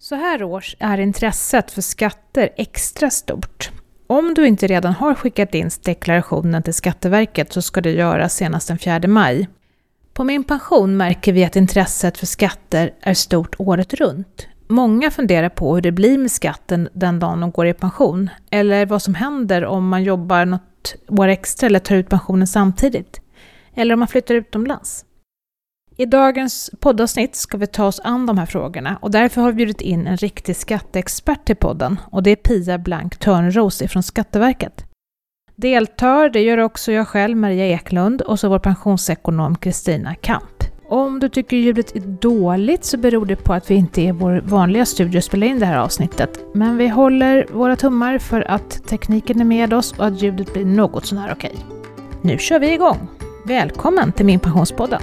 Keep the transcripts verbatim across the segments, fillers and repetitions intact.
Så här års är intresset för skatter extra stort. Om du inte redan har skickat in deklarationen till Skatteverket så ska det göras senast den fjärde maj. På Min pension märker vi att intresset för skatter är stort året runt. Många funderar på hur det blir med skatten den dagen de går i pension, eller vad som händer om man jobbar något år extra eller tar ut pensionen samtidigt, eller om man flyttar utomlands. I dagens poddavsnitt ska vi ta oss an de här frågorna och därför har vi bjudit in en riktig skatteexpert till podden och det är Pia Blank Törnros från Skatteverket. Deltar, det gör också jag själv, Maria Eklund, och så vår pensionsekonom Kristina Kamp. Om du tycker ljudet är dåligt så beror det på att vi inte är vår vanliga studio att spela in det här avsnittet. Men vi håller våra tummar för att tekniken är med oss och att ljudet blir något sån här okej. Nu kör vi igång! Välkommen till Min pensionspodden!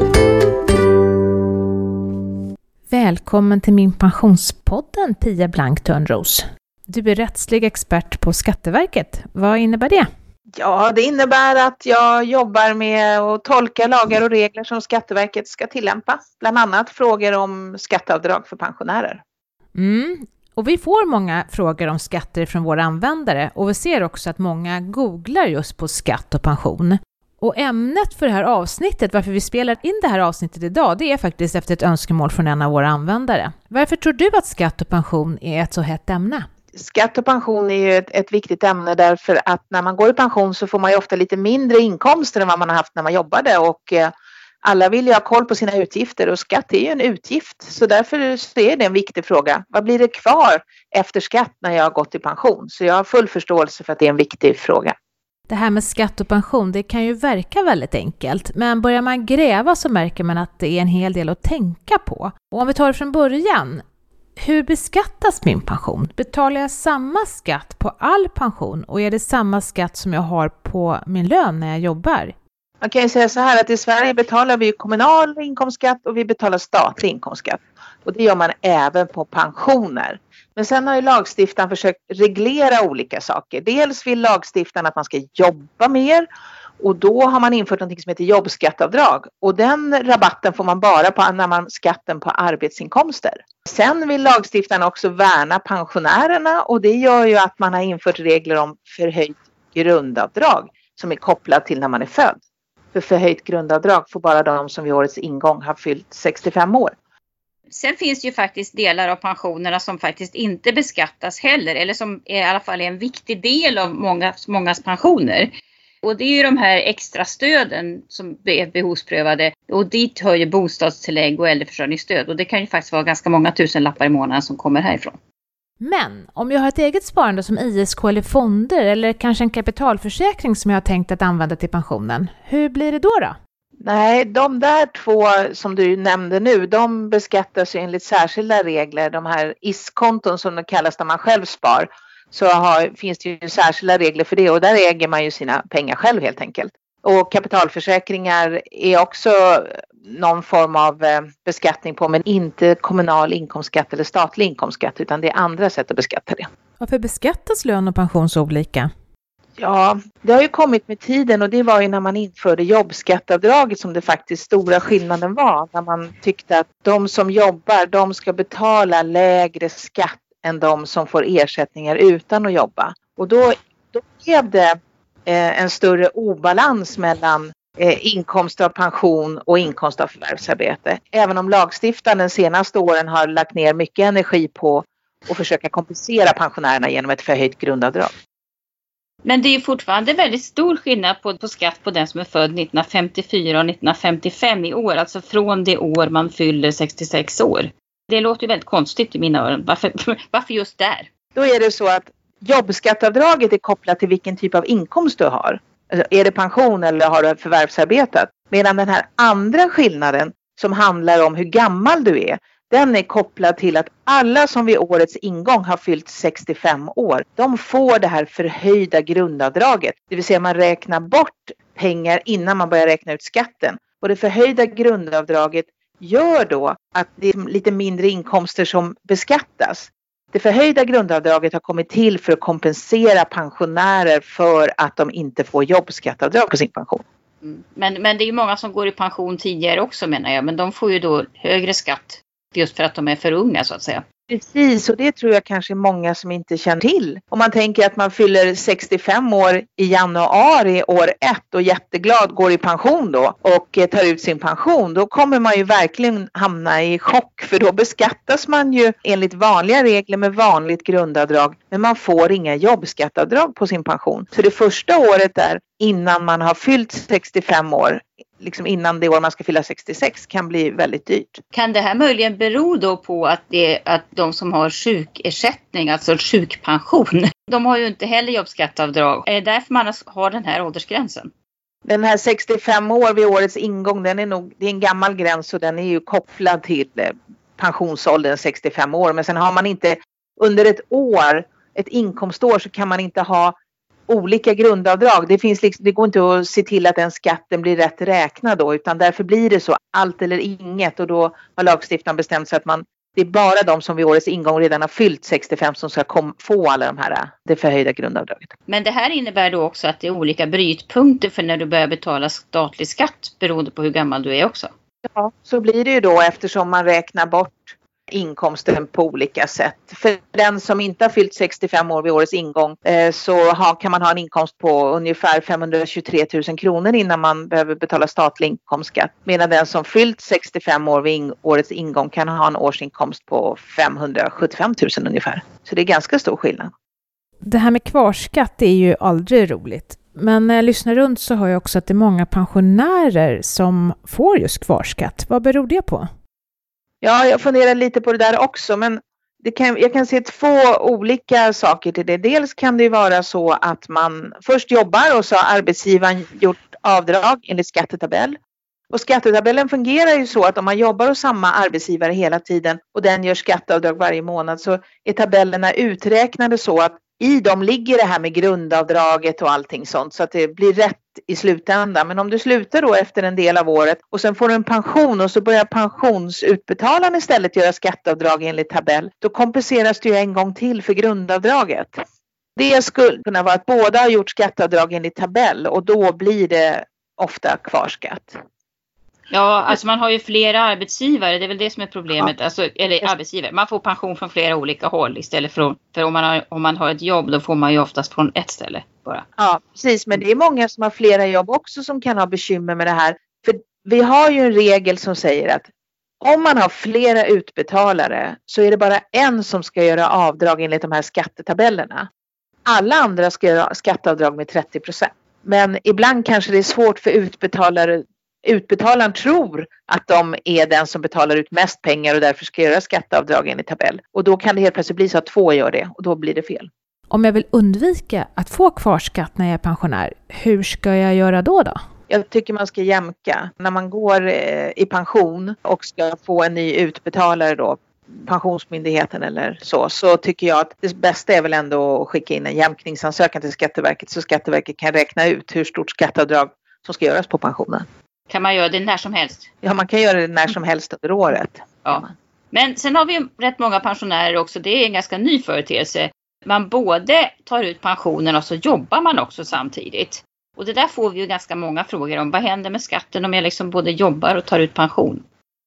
Välkommen till Min pensionspodden, Pia Blank Törnros. Du är rättslig expert på Skatteverket. Vad innebär det? Ja, det innebär att jag jobbar med att tolka lagar och regler som Skatteverket ska tillämpa. Bland annat frågor om skatteavdrag för pensionärer. Mm. Och vi får många frågor om skatter från våra användare och vi ser också att många googlar just på skatt och pension. Och ämnet för det här avsnittet, varför vi spelar in det här avsnittet idag, det är faktiskt efter ett önskemål från en av våra användare. Varför tror du att skatt och pension är ett så hett ämne? Skatt och pension är ju ett, ett viktigt ämne därför att när man går i pension så får man ju ofta lite mindre inkomster än vad man har haft när man jobbade och eh, alla vill ju ha koll på sina utgifter och skatt är ju en utgift så därför så är det en viktig fråga. Vad blir det kvar efter skatt när jag har gått i pension? Så jag har full förståelse för att det är en viktig fråga. Det här med skatt och pension, det kan ju verka väldigt enkelt. Men börjar man gräva så märker man att det är en hel del att tänka på. Och om vi tar det från början, hur beskattas min pension? Betalar jag samma skatt på all pension och är det samma skatt som jag har på min lön när jag jobbar? Man kan ju säga så här att i Sverige betalar vi kommunal inkomstskatt och vi betalar statlig inkomstskatt. Och det gör man även på pensioner. Men sen har ju lagstiftaren försökt reglera olika saker. Dels vill lagstiftaren att man ska jobba mer och då har man infört något som heter jobbskatteavdrag. Och den rabatten får man bara på när man skatten på arbetsinkomster. Sen vill lagstiftaren också värna pensionärerna och det gör ju att man har infört regler om förhöjt grundavdrag som är kopplat till när man är född. För förhöjt grundavdrag får bara de som vid årets ingång har fyllt sextiofem år. Sen finns det ju faktiskt delar av pensionerna som faktiskt inte beskattas heller. Eller som är, i alla fall är en viktig del av många, mångas pensioner. Och det är ju de här extra stöden som är behovsprövade. Och dit hör ju bostadstillägg och äldreförsörjningsstöd. Och det kan ju faktiskt vara ganska många tusen lappar i månaden som kommer härifrån. Men om jag har ett eget sparande som I S K eller fonder eller kanske en kapitalförsäkring som jag har tänkt att använda till pensionen. Hur blir det då då? Nej, de där två som du nämnde nu, de beskattas ju enligt särskilda regler. De här I S-konton som de kallas när man själv spar, så har, finns det ju särskilda regler för det och där äger man ju sina pengar själv helt enkelt. Och kapitalförsäkringar är också någon form av beskattning på, men inte kommunal inkomstskatt eller statlig inkomstskatt, utan det är andra sätt att beskatta det. Varför beskattas lön och pension så olika? Ja, det har ju kommit med tiden och det var ju när man införde jobbskatteavdraget som det faktiskt stora skillnaden var. När man tyckte att de som jobbar, de ska betala lägre skatt än de som får ersättningar utan att jobba. Och då, då blev det eh, en större obalans mellan eh, inkomst av pension och inkomst av förvärvsarbete. Även om lagstiftaren de senaste åren har lagt ner mycket energi på att försöka kompensera pensionärerna genom ett förhöjt grundavdrag. Men det är fortfarande väldigt stor skillnad på, på skatt på den som är född nittonhundrafemtiofyra och nittonhundrafemtiofem i år. Alltså från det år man fyller sextiosex år. Det låter ju väldigt konstigt i mina öron. Varför, varför just där? Då är det så att jobbskatteavdraget är kopplat till vilken typ av inkomst du har. Alltså, är det pension eller har du förvärvsarbetat? Medan den här andra skillnaden som handlar om hur gammal du är, den är kopplad till att alla som vid årets ingång har fyllt sextiofem år, de får det här förhöjda grundavdraget. Det vill säga man räknar bort pengar innan man börjar räkna ut skatten. Och det förhöjda grundavdraget gör då att det är lite mindre inkomster som beskattas. Det förhöjda grundavdraget har kommit till för att kompensera pensionärer för att de inte får jobbskatteavdrag på sin pension. Mm. Men, men det är ju många som går i pension tidigare också menar jag. Men de får ju då högre skatt just för att de är för unga så att säga. Precis, och det tror jag kanske många som inte känner till. Om man tänker att man fyller sextiofem år i januari år ett och jätteglad går i pension då och tar ut sin pension, då kommer man ju verkligen hamna i chock, för då beskattas man ju enligt vanliga regler med vanligt grundavdrag, men man får inga jobbskattavdrag på sin pension. Så det första året där innan man har fyllt sextiofem år, liksom innan det år man ska fylla sextiosex, kan bli väldigt dyrt. Kan det här möjligen bero då på att, det, att de som har sjukersättning, alltså sjukpension, de har ju inte heller jobbskattavdrag? Är det därför man har den här åldersgränsen? Den här sextiofem år vid årets ingång, den är nog, det är en gammal gräns och den är ju kopplad till pensionsåldern sextiofem år. Men sen har man inte under ett år, ett inkomstår, så kan man inte ha olika grundavdrag. Det finns liksom, det går inte att se till att den skatten blir rätt räknad då, utan därför blir det så allt eller inget, och då har lagstiftaren bestämt sig att man, det är bara de som vid årets ingång redan har fyllt sextiofem som ska kom, få alla de här, det förhöjda grundavdraget. Men det här innebär då också att det är olika brytpunkter för när du börjar betala statlig skatt beroende på hur gammal du är också? Ja, så blir det ju då, eftersom man räknar bort inkomsten på olika sätt. För den som inte har fyllt sextiofem år vid årets ingång eh, så ha, kan man ha en inkomst på ungefär femhundratjugotre tusen kronor innan man behöver betala statlig inkomstskatt. Medan den som fyllt sextiofem år vid in, årets ingång kan ha en årsinkomst på femhundrasjuttiofem tusen ungefär. Så det är ganska stor skillnad. Det här med kvarskatt är ju aldrig roligt. Men när jag lyssnar runt så hör jag också att det är många pensionärer som får just kvarskatt. Vad beror det på? Ja, jag funderar lite på det där också, men det kan, jag kan se två olika saker till det. Dels kan det ju vara så att man först jobbar och så har arbetsgivaren gjort avdrag enligt skattetabell. Och skattetabellen fungerar ju så att om man jobbar hos samma arbetsgivare hela tiden och den gör skatteavdrag varje månad, så är tabellerna uträknade så att i dem ligger det här med grundavdraget och allting sånt, så att det blir rätt i slutändan. Men om du slutar då efter en del av året och sen får du en pension och så börjar pensionsutbetalaren istället göra skatteavdrag enligt tabell, då kompenseras du ju en gång till för grundavdraget. Det skulle kunna vara att båda har gjort skatteavdrag enligt tabell, och då blir det ofta kvarskatt. Ja, alltså man har ju flera arbetsgivare, det är väl det som är problemet. Ja. Alltså, eller arbetsgivare, man får pension från flera olika håll istället för, för om, man har, om man har ett jobb, då får man ju oftast från ett ställe bara. Ja, precis, men det är många som har flera jobb också som kan ha bekymmer med det här. För vi har ju en regel som säger att om man har flera utbetalare så är det bara en som ska göra avdrag enligt de här skattetabellerna. Alla andra ska göra skatteavdrag med trettio procent. Men ibland kanske det är svårt för utbetalare. Utbetalaren tror att de är den som betalar ut mest pengar och därför ska göra skatteavdrag enligt tabell. Och då kan det helt plötsligt bli så att två gör det, och då blir det fel. Om jag vill undvika att få kvarskatt när jag är pensionär, hur ska jag göra då då? Jag tycker man ska jämka. När man går i pension och ska få en ny utbetalare då, Pensionsmyndigheten eller så, så tycker jag att det bästa är väl ändå att skicka in en jämkningsansökan till Skatteverket, så Skatteverket kan räkna ut hur stort skatteavdrag som ska göras på pensionen. Kan man göra det när som helst? Ja, man kan göra det när som helst under året. Ja. Men sen har vi ju rätt många pensionärer också. Det är en ganska ny företeelse. Man både tar ut pensionen och så jobbar man också samtidigt. Och det där får vi ju ganska många frågor om. Vad händer med skatten om jag liksom både jobbar och tar ut pension?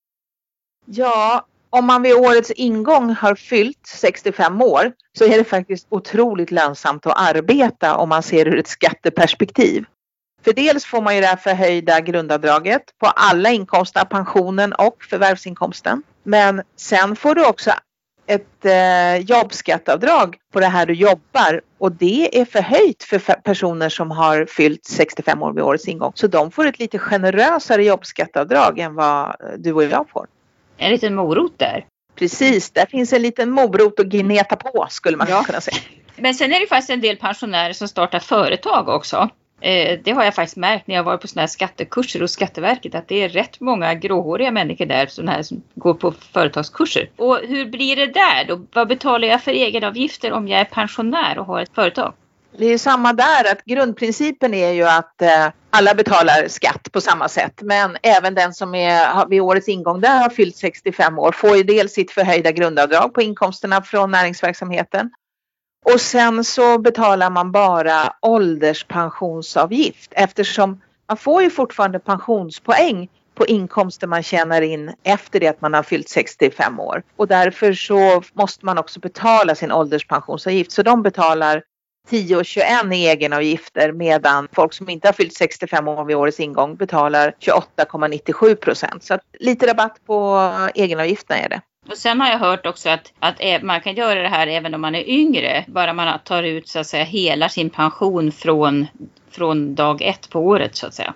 Ja, om man vid årets ingång har fyllt sextiofem år så är det faktiskt otroligt lönsamt att arbeta om man ser ur ett skatteperspektiv. För dels får man ju det här förhöjda grundavdraget på alla inkomster, pensionen och förvärvsinkomsten. Men sen får du också ett eh, jobbskattavdrag på det här du jobbar, och det är förhöjt för personer som har fyllt sextiofem år vid årets ingång. Så de får ett lite generösare jobbskattavdrag än vad du och jag får. En liten morot där. Precis, där finns en liten morot att gneta på, skulle man ja. kunna säga. Men sen är det faktiskt en del pensionärer som startar företag också. Eh, det har jag faktiskt märkt när jag var på såna här skattekurser hos Skatteverket, att det är rätt många gråhåriga människor där såna här som går på företagskurser. Och hur blir det där då? Vad betalar jag för egenavgifter om jag är pensionär och har ett företag? Det är samma där, att grundprincipen är ju att eh, alla betalar skatt på samma sätt. Men även den som är vid årets ingång där har fyllt sextiofem år får ju dels sitt förhöjda grundavdrag på inkomsterna från näringsverksamheten. Och sen så betalar man bara ålderspensionsavgift, eftersom man får ju fortfarande pensionspoäng på inkomster man tjänar in efter det att man har fyllt sextiofem år. Och därför så måste man också betala sin ålderspensionsavgift. Så de betalar tio och tjugoett i egenavgifter, medan folk som inte har fyllt sextiofem år vid årets ingång betalar tjugoåtta komma nittiosju procent. Så att lite rabatt på egenavgifterna är det. Och sen har jag hört också att, att man kan göra det här även om man är yngre. Bara man tar ut så att säga hela sin pension från, från dag ett på året så att säga.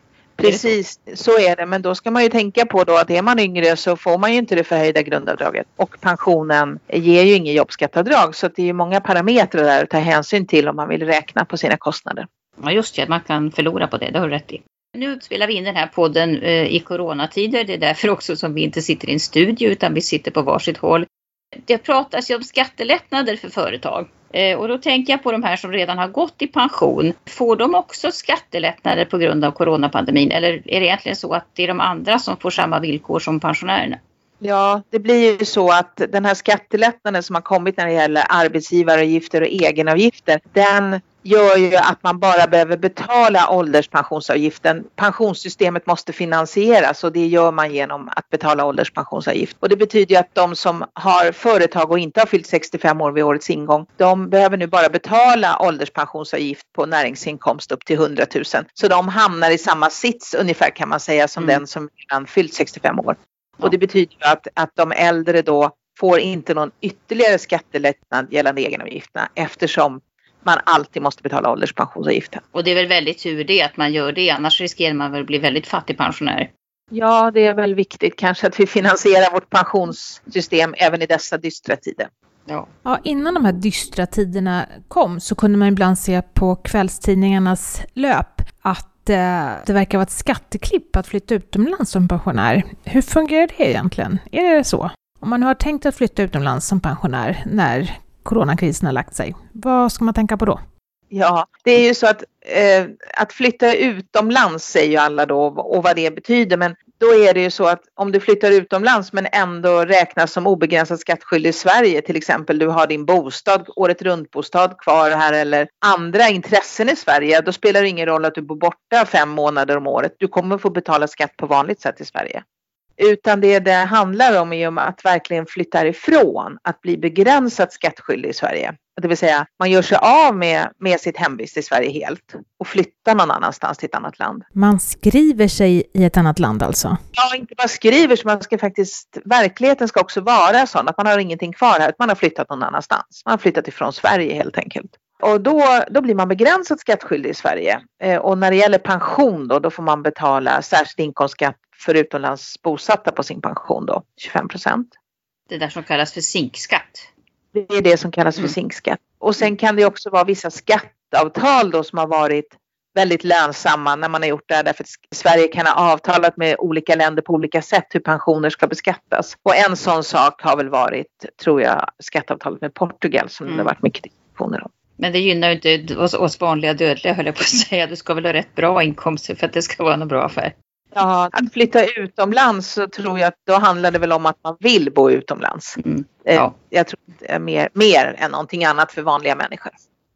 Precis, så är det. Men då ska man ju tänka på då att är man yngre så får man ju inte det förhöjda grundavdraget. Och pensionen ger ju ingen jobbskatteavdrag. Så det är ju många parametrar där att ta hänsyn till om man vill räkna på sina kostnader. Ja just det, man kan förlora på det, det har du rätt i. Nu spelar vi in den här podden eh, i coronatider. Det är därför också som vi inte sitter i en studio utan vi sitter på varsitt håll. Det pratas ju om skattelättnader för företag. Eh, och då tänker jag på de här som redan har gått i pension. Får de också skattelättnader på grund av coronapandemin? Eller är det egentligen så att det är de andra som får samma villkor som pensionärerna? Ja, det blir ju så att den här skattelättnaden som har kommit när det gäller arbetsgivaravgifter och egenavgifter, den gör ju att man bara behöver betala ålderspensionsavgiften. Pensionssystemet måste finansieras och det gör man genom att betala ålderspensionsavgift. Och det betyder ju att de som har företag och inte har fyllt sextiofem år vid årets ingång, de behöver nu bara betala ålderspensionsavgift på näringsinkomst upp till hundratusen. Så de hamnar i samma sits ungefär kan man säga som mm. den som redan fyllt sextiofem år. Och det betyder ju att, att de äldre då får inte någon ytterligare skattelättnad gällande egenavgifterna eftersom man alltid måste betala ålderspensionsavgiften. Och det är väl väldigt tur det att man gör det, annars riskerar man väl bli väldigt fattig pensionär. Ja, det är väl viktigt kanske att vi finansierar vårt pensionssystem även i dessa dystra tider. Ja. Ja, innan de här dystra tiderna kom så kunde man ibland se på kvällstidningarnas löp att eh, det verkar vara ett skatteklipp att flytta utomlands som pensionär. Hur fungerar det egentligen? Är det så? Om man har tänkt att flytta utomlands som pensionär när coronakrisen har lagt sig, vad ska man tänka på då? Ja, det är ju så att, eh, att flytta utomlands säger ju alla då och vad det betyder. Men då är det ju så att om du flyttar utomlands men ändå räknas som obegränsat skattskyldig i Sverige, till exempel du har din bostad, året runt bostad kvar här eller andra intressen i Sverige, då spelar det ingen roll att du bor borta fem månader om året. Du kommer få betala skatt på vanligt sätt i Sverige. Utan det det handlar om är om att verkligen flytta ifrån att bli begränsat skattskyldig i Sverige. Det vill säga man gör sig av med, med sitt hemvist i Sverige helt och flyttar någon annanstans till ett annat land. Man skriver sig i ett annat land alltså? Ja, inte bara skriver sig, man ska faktiskt, verkligheten ska också vara sån att man har ingenting kvar här, man har flyttat någon annanstans. Man har flyttat ifrån Sverige helt enkelt. Och då, då blir man begränsat skattskyldig i Sverige. Eh, och när det gäller pension då, då får man betala särskild inkomstskatt för utomlands bosatta på sin pension då, tjugofem procent. Det där som kallas för sinkskatt. Det är det som kallas för mm. sinkskatt. Och sen kan det också vara vissa skatteavtal då som har varit väldigt lönsamma när man har gjort det här. Därför att Sverige kan ha avtalat med olika länder på olika sätt hur pensioner ska beskattas. Och en sån sak har väl varit, tror jag, skatteavtalet med Portugal som mm. det har varit mycket diskussioner om. Men det gynnar ju inte oss, oss vanliga dödliga, höll jag på att säga. Du ska väl ha rätt bra inkomster för att det ska vara en bra affär. Ja, att flytta utomlands så tror jag att då handlar det väl om att man vill bo utomlands. Mm, ja. Jag tror att det är mer, mer än någonting annat för vanliga människor.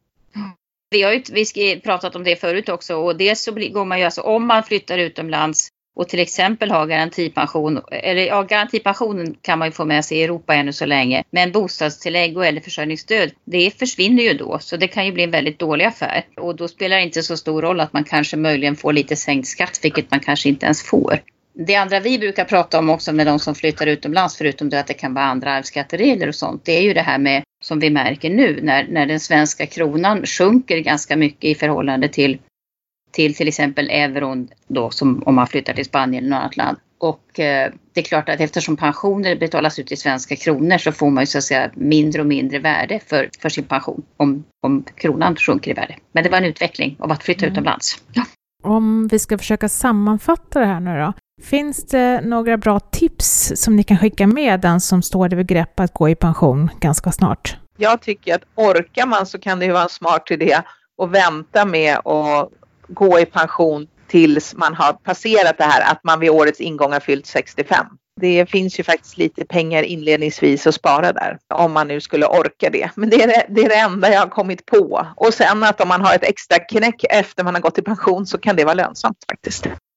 Vi har ju vi pratat om det förut också och det så går man ju alltså om man flyttar utomlands och till exempel har garantipension, eller ja, garantipensionen kan man ju få med sig i Europa ännu så länge, men bostadstillägg och eller försörjningsstöd, det försvinner ju då, så det kan ju bli en väldigt dålig affär och då spelar det inte så stor roll att man kanske möjligen får lite sänkt skatt, vilket man kanske inte ens får. Det andra vi brukar prata om också med de som flyttar utomlands, förutom det att det kan vara andra arvsskatteregler och sånt, det är ju det här med, som vi märker nu, när, när den svenska kronan sjunker ganska mycket i förhållande till till till exempel euron då, som om man flyttar till Spanien eller något annat land. Och eh, det är klart att eftersom pensioner betalas ut i svenska kronor så får man ju så att säga mindre och mindre värde för, för sin pension om, om kronan sjunker i värde. Men det var en utveckling av att flytta mm. utomlands. Ja. Om vi ska försöka sammanfatta det här nu då. Finns det några bra tips som ni kan skicka med den som står i begrepp att gå i pension ganska snart? Jag tycker att orkar man så kan det ju vara en smart idé att vänta med att gå i pension tills man har passerat det här att man vid årets ingång har fyllt sextiofem. Det finns ju faktiskt lite pengar inledningsvis att spara där om man nu skulle orka det. Men det är det, det är det enda jag har kommit på. Och sen att om man har ett extra knäck efter man har gått i pension så kan det vara lönsamt faktiskt.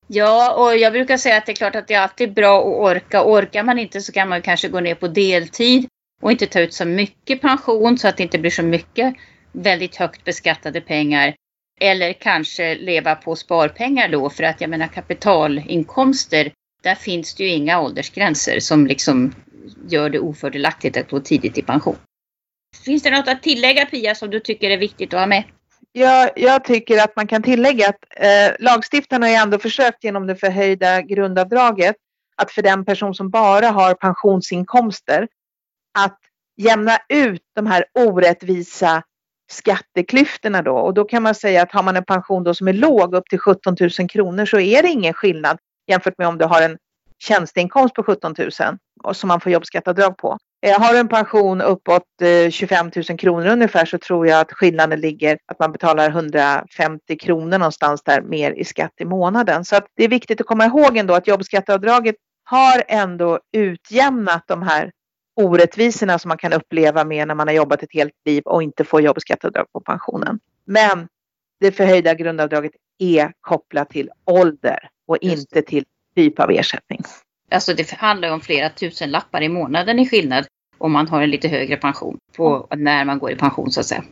Ja, och jag brukar säga att det är klart att det är alltid bra att orka. Orkar man inte så kan man kanske gå ner på deltid och inte ta ut så mycket pension så att det inte blir så mycket väldigt högt beskattade pengar. Eller kanske leva på sparpengar då, för att jag menar kapitalinkomster, där finns det ju inga åldersgränser som liksom gör det ofördelaktigt att gå tidigt i pension. Finns det något att tillägga, Pia, som du tycker är viktigt att ha med? Ja, jag tycker att man kan tillägga att eh, lagstiftarna har ändå försökt genom det förhöjda grundavdraget att för den person som bara har pensionsinkomster att jämna ut de här orättvisa skatteklyftorna då. Och då kan man säga att har man en pension då som är låg upp till sjutton tusen kronor så är det ingen skillnad jämfört med om du har en tjänsteinkomst på sjutton tusen och som man får jobbskatteavdrag på. Eh, har du en pension uppåt eh, tjugofem tusen kronor ungefär så tror jag att skillnaden ligger att man betalar hundrafemtio kronor någonstans där mer i skatt i månaden. Så att det är viktigt att komma ihåg ändå att jobbskatteavdraget har ändå utjämnat de här orättvisorna som man kan uppleva med när man har jobbat ett helt liv och inte får jobbskatteavdrag på pensionen. Men det förhöjda grundavdraget är kopplat till ålder och inte till typ av ersättning. Alltså det handlar om flera tusen lappar i månaden i skillnad om man har en lite högre pension på när man går i pension så att säga.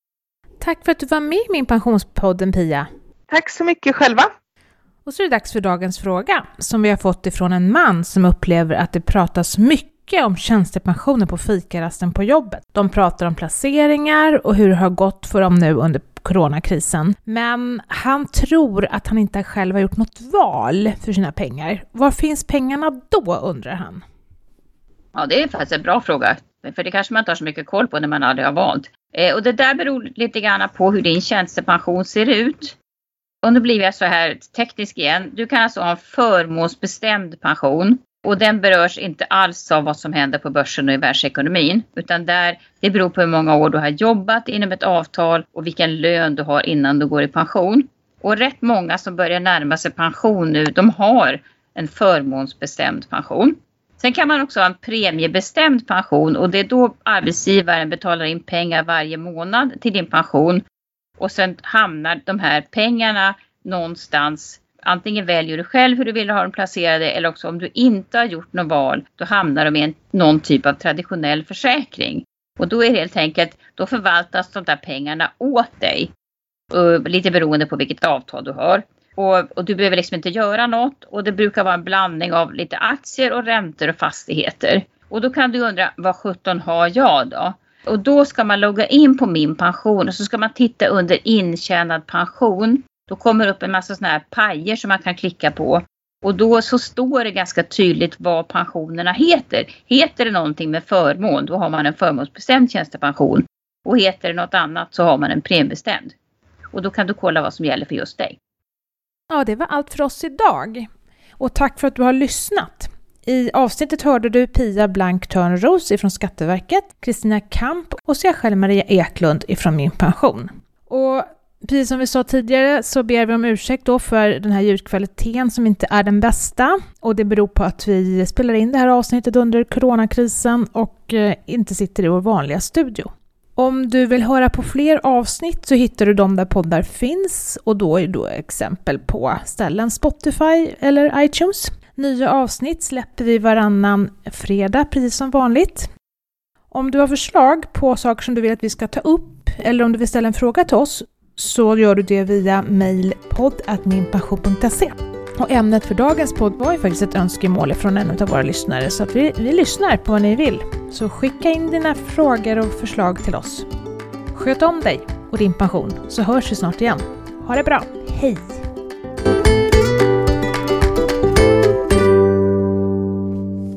Tack för att du var med i min pensionspodden, Pia. Tack så mycket själva. Och så är det dags för dagens fråga som vi har fått ifrån en man som upplever att det pratas mycket om tjänstepensioner på fikarasten på jobbet. De pratar om placeringar och hur det har gått för dem nu under coronakrisen. Men han tror att han inte själv har gjort något val för sina pengar. Var finns pengarna då, undrar han? Ja, det är faktiskt en bra fråga. För det kanske man inte har så mycket koll på när man aldrig har valt. Eh, och det där beror lite grann på hur din tjänstepension ser ut. Och nu blir jag så här teknisk igen. Du kan alltså ha en förmånsbestämd pension. Och den berörs inte alls av vad som händer på börsen och i världsekonomin. Utan där, det beror på hur många år du har jobbat inom ett avtal och vilken lön du har innan du går i pension. Och rätt många som börjar närma sig pension nu, de har en förmånsbestämd pension. Sen kan man också ha en premiebestämd pension och det är då arbetsgivaren betalar in pengar varje månad till din pension. Och sen hamnar de här pengarna någonstans. Antingen väljer du själv hur du vill ha dem placerade eller också om du inte har gjort något val då hamnar de i en, någon typ av traditionell försäkring. Och då är det helt enkelt, då förvaltas de där pengarna åt dig. Uh, lite beroende på vilket avtal du har. Och, och du behöver liksom inte göra något och det brukar vara en blandning av lite aktier och räntor och fastigheter. Och då kan du undra, vad sjutton har jag då? Och då ska man logga in på min pension och så ska man titta under intjänad pension. Då kommer upp en massa såna här pajer som man kan klicka på. Och då så står det ganska tydligt vad pensionerna heter. Heter det någonting med förmån, då har man en förmånsbestämd tjänstepension. Och heter det något annat så har man en premiebestämd. Och då kan du kolla vad som gäller för just dig. Ja, det var allt för oss idag. Och tack för att du har lyssnat. I avsnittet hörde du Pia Blank-Törnros ifrån Skatteverket, Kristina Kamp och så jag själv Maria Eklund ifrån Min Pension. Och precis som vi sa tidigare så ber vi om ursäkt då för den här ljudkvaliteten som inte är den bästa. Och det beror på att vi spelar in det här avsnittet under coronakrisen och inte sitter i vår vanliga studio. Om du vill höra på fler avsnitt så hittar du dem där poddar finns och då är då exempel på ställen Spotify eller iTunes. Nya avsnitt släpper vi varannan fredag precis som vanligt. Om du har förslag på saker som du vill att vi ska ta upp eller om du vill ställa en fråga till oss så gör du det via mail podd at minpension punkt se. Och ämnet för dagens podd var ju faktiskt ett önskemål från en av våra lyssnare så att vi, vi lyssnar på vad ni vill. Så skicka in dina frågor och förslag till oss. Sköt om dig och din pension så hörs vi snart igen. Ha det bra. Hej!